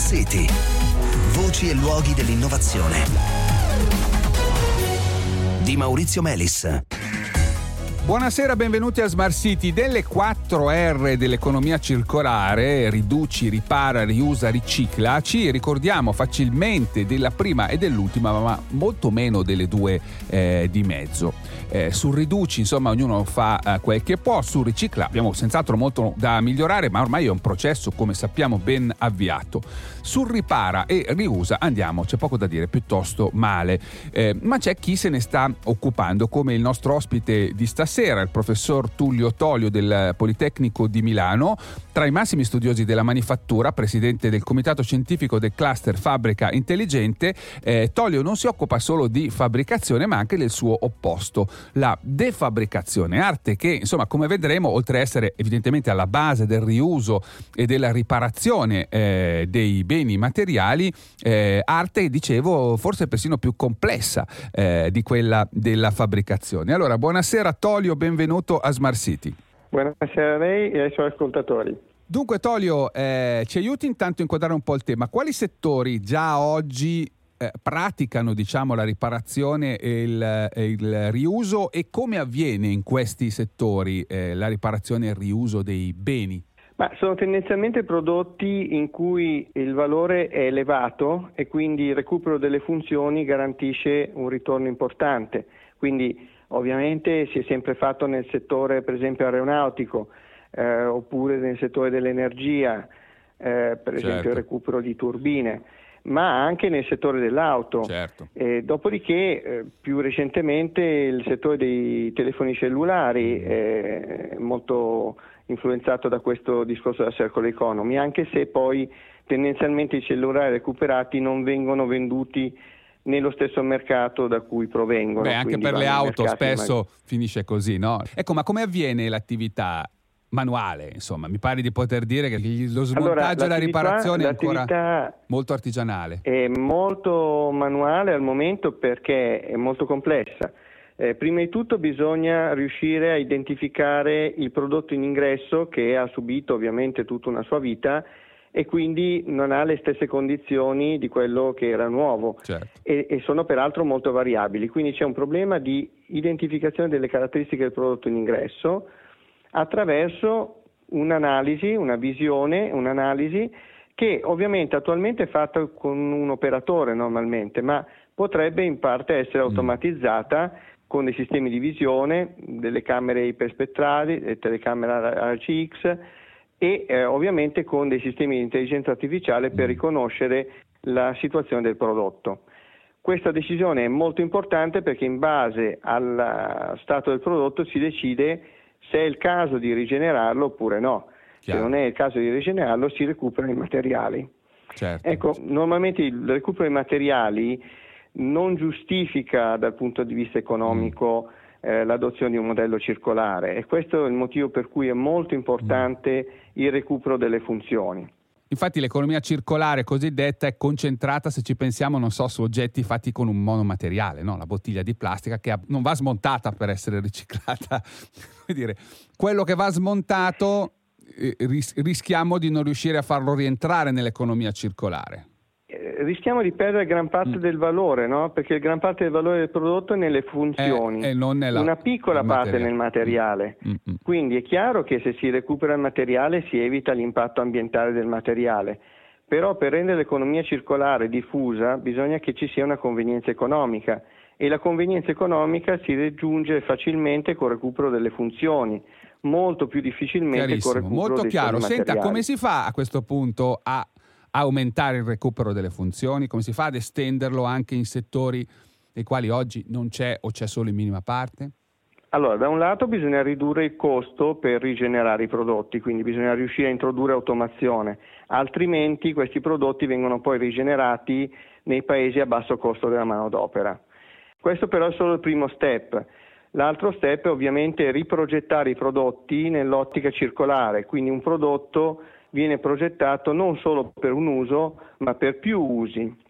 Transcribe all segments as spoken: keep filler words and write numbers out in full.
City. Voci e luoghi dell'innovazione. Di Maurizio Melis. Buonasera, benvenuti a Smart City. Delle quattro R dell'economia circolare, riduci, ripara, riusa, ricicla, ci ricordiamo facilmente della prima e dell'ultima, ma molto meno delle due eh, di mezzo. Eh, sul riduci, insomma, ognuno fa eh, quel che può. Sul ricicla abbiamo senz'altro molto da migliorare, ma ormai è un processo, come sappiamo, ben avviato. Sul ripara e riusa andiamo, c'è poco da dire, piuttosto male. Eh, ma c'è chi se ne sta occupando, come il nostro ospite di stasera, il professor Tullio Tolio del Politecnico di Milano, tra i massimi studiosi della manifattura, presidente del comitato scientifico del cluster Fabbrica Intelligente. eh, Tolio non si occupa solo di fabbricazione, ma anche del suo opposto, la defabbricazione, arte che, insomma, come vedremo, oltre a essere evidentemente alla base del riuso e della riparazione eh, dei beni materiali, eh, arte, dicevo, forse persino più complessa eh, di quella della fabbricazione. Allora, buonasera Tolio, benvenuto a Smart City. Buonasera a lei e ai suoi ascoltatori. Dunque Tolio, eh, ci aiuti intanto a inquadrare un po' il tema. Quali settori già oggi eh, praticano, diciamo, la riparazione e il, e il riuso, e come avviene in questi settori eh, la riparazione e il riuso dei beni? Ma sono tendenzialmente prodotti in cui il valore è elevato e quindi il recupero delle funzioni garantisce un ritorno importante. Quindi ovviamente si è sempre fatto nel settore, per esempio, aeronautico, eh, oppure nel settore dell'energia, eh, per esempio certo. il recupero di turbine, ma anche nel settore dell'auto. Certo. Eh, dopodiché, eh, più recentemente, il settore dei telefoni cellulari è molto influenzato da questo discorso della circular economy, anche se poi tendenzialmente i cellulari recuperati non vengono venduti nello stesso mercato da cui provengono. Beh, anche per le auto spesso ma... finisce così, no? Ecco, ma come avviene l'attività manuale? Insomma, mi pare di poter dire che lo smontaggio allora, e la riparazione è ancora molto artigianale. È molto manuale al momento perché è molto complessa. Eh, prima di tutto bisogna riuscire a identificare il prodotto in ingresso, che ha subito ovviamente tutta una sua vita e quindi non ha le stesse condizioni di quello che era nuovo. Certo. e, e sono peraltro molto variabili, quindi c'è un problema di identificazione delle caratteristiche del prodotto in ingresso attraverso un'analisi, una visione, un'analisi che ovviamente attualmente è fatta con un operatore normalmente, ma potrebbe in parte essere automatizzata mm. con dei sistemi di visione, delle camere iperspettrali, delle telecamere A C X e eh, ovviamente con dei sistemi di intelligenza artificiale per riconoscere la situazione del prodotto. Questa decisione è molto importante perché in base al stato del prodotto si decide se è il caso di rigenerarlo oppure no. Chiaro. Se non è il caso di rigenerarlo si recuperano i materiali. Certo. Ecco, normalmente il recupero dei materiali non giustifica dal punto di vista economico mm. eh, l'adozione di un modello circolare, e questo è il motivo per cui è molto importante mm. il recupero delle funzioni. Infatti l'economia circolare cosiddetta è concentrata, se ci pensiamo, non so, su oggetti fatti con un monomateriale, no? La bottiglia di plastica che non va smontata per essere riciclata. Vuol dire, quello che va smontato eh, ris- rischiamo di non riuscire a farlo rientrare nell'economia circolare. Rischiamo di perdere gran parte mm. del valore, no? Perché gran parte del valore del prodotto è nelle funzioni, eh, e non nella, una piccola parte materiale. nel materiale. Mm-hmm. Quindi è chiaro che se si recupera il materiale si evita l'impatto ambientale del materiale, però per rendere l'economia circolare diffusa bisogna che ci sia una convenienza economica, e la convenienza economica si raggiunge facilmente col recupero delle funzioni, molto più difficilmente col recupero molto dei chiaro. soli Senta, materiali. come si fa a questo punto a aumentare il recupero delle funzioni? Come si fa ad estenderlo anche in settori nei quali oggi non c'è o c'è solo in minima parte? Allora, da un lato bisogna ridurre il costo per rigenerare i prodotti, quindi bisogna riuscire a introdurre automazione, altrimenti questi prodotti vengono poi rigenerati nei paesi a basso costo della manodopera. Questo però è solo il primo step. L'altro step è ovviamente riprogettare i prodotti nell'ottica circolare, quindi un prodotto viene progettato non solo per un uso, ma per più usi.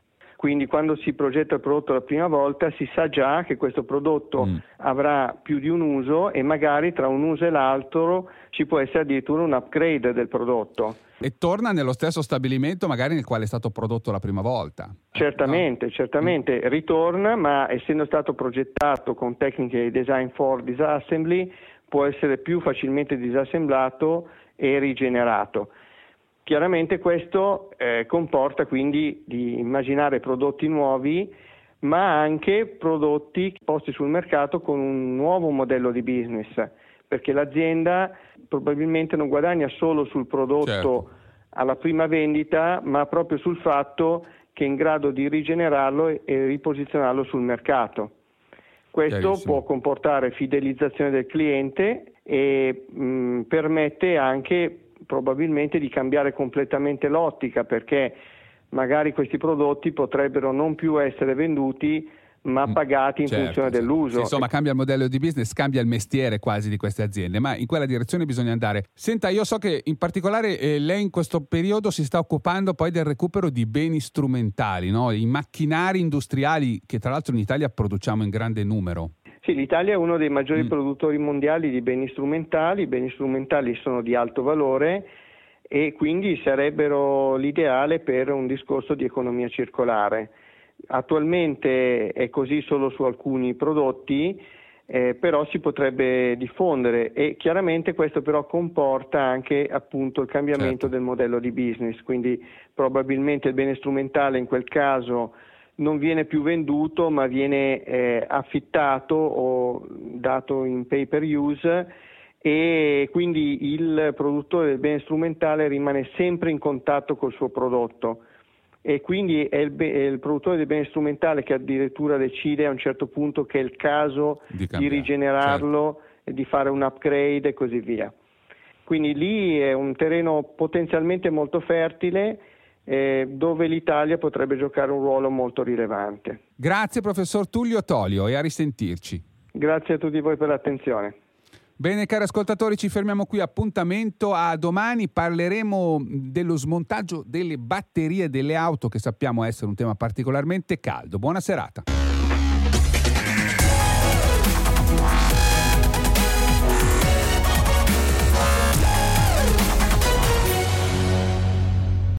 Quindi quando si progetta il prodotto la prima volta si sa già che questo prodotto mm. avrà più di un uso e magari tra un uso e l'altro ci può essere addirittura un upgrade del prodotto. E torna nello stesso stabilimento magari nel quale è stato prodotto la prima volta. Certamente, no? certamente mm. ritorna, ma essendo stato progettato con tecniche di design for disassembly può essere più facilmente disassemblato e rigenerato. Chiaramente questo eh, comporta quindi di immaginare prodotti nuovi, ma anche prodotti posti sul mercato con un nuovo modello di business, perché l'azienda probabilmente non guadagna solo sul prodotto certo. alla prima vendita, ma proprio sul fatto che è in grado di rigenerarlo e riposizionarlo sul mercato. Questo può comportare fidelizzazione del cliente e mh, permette anche probabilmente di cambiare completamente l'ottica, perché magari questi prodotti potrebbero non più essere venduti ma pagati in certo, funzione certo. dell'uso. Sì, insomma, cambia il modello di business, cambia il mestiere quasi di queste aziende, ma in quella direzione bisogna andare. Senta, io so che in particolare eh, lei in questo periodo si sta occupando poi del recupero di beni strumentali, no? I macchinari industriali che tra l'altro in Italia produciamo in grande numero. Sì, l'Italia è uno dei maggiori mm. produttori mondiali di beni strumentali. I beni strumentali sono di alto valore e quindi sarebbero l'ideale per un discorso di economia circolare. Attualmente è così solo su alcuni prodotti, eh, però si potrebbe diffondere e chiaramente questo però comporta anche appunto il cambiamento certo. del modello di business, quindi probabilmente il bene strumentale in quel caso non viene più venduto ma viene eh, affittato o dato in pay per use e quindi il produttore del bene strumentale rimane sempre in contatto col suo prodotto e quindi è il, be- è il produttore del bene strumentale che addirittura decide a un certo punto che è il caso di, di rigenerarlo, certo. e di fare un upgrade e così via. Quindi lì è un terreno potenzialmente molto fertile Eh, dove l'Italia potrebbe giocare un ruolo molto rilevante. Grazie professor Tullio Tolio e a risentirci. Grazie a tutti voi per l'attenzione. Bene cari ascoltatori, ci fermiamo qui, appuntamento a domani, parleremo dello smontaggio delle batterie delle auto che sappiamo essere un tema particolarmente caldo. Buona serata.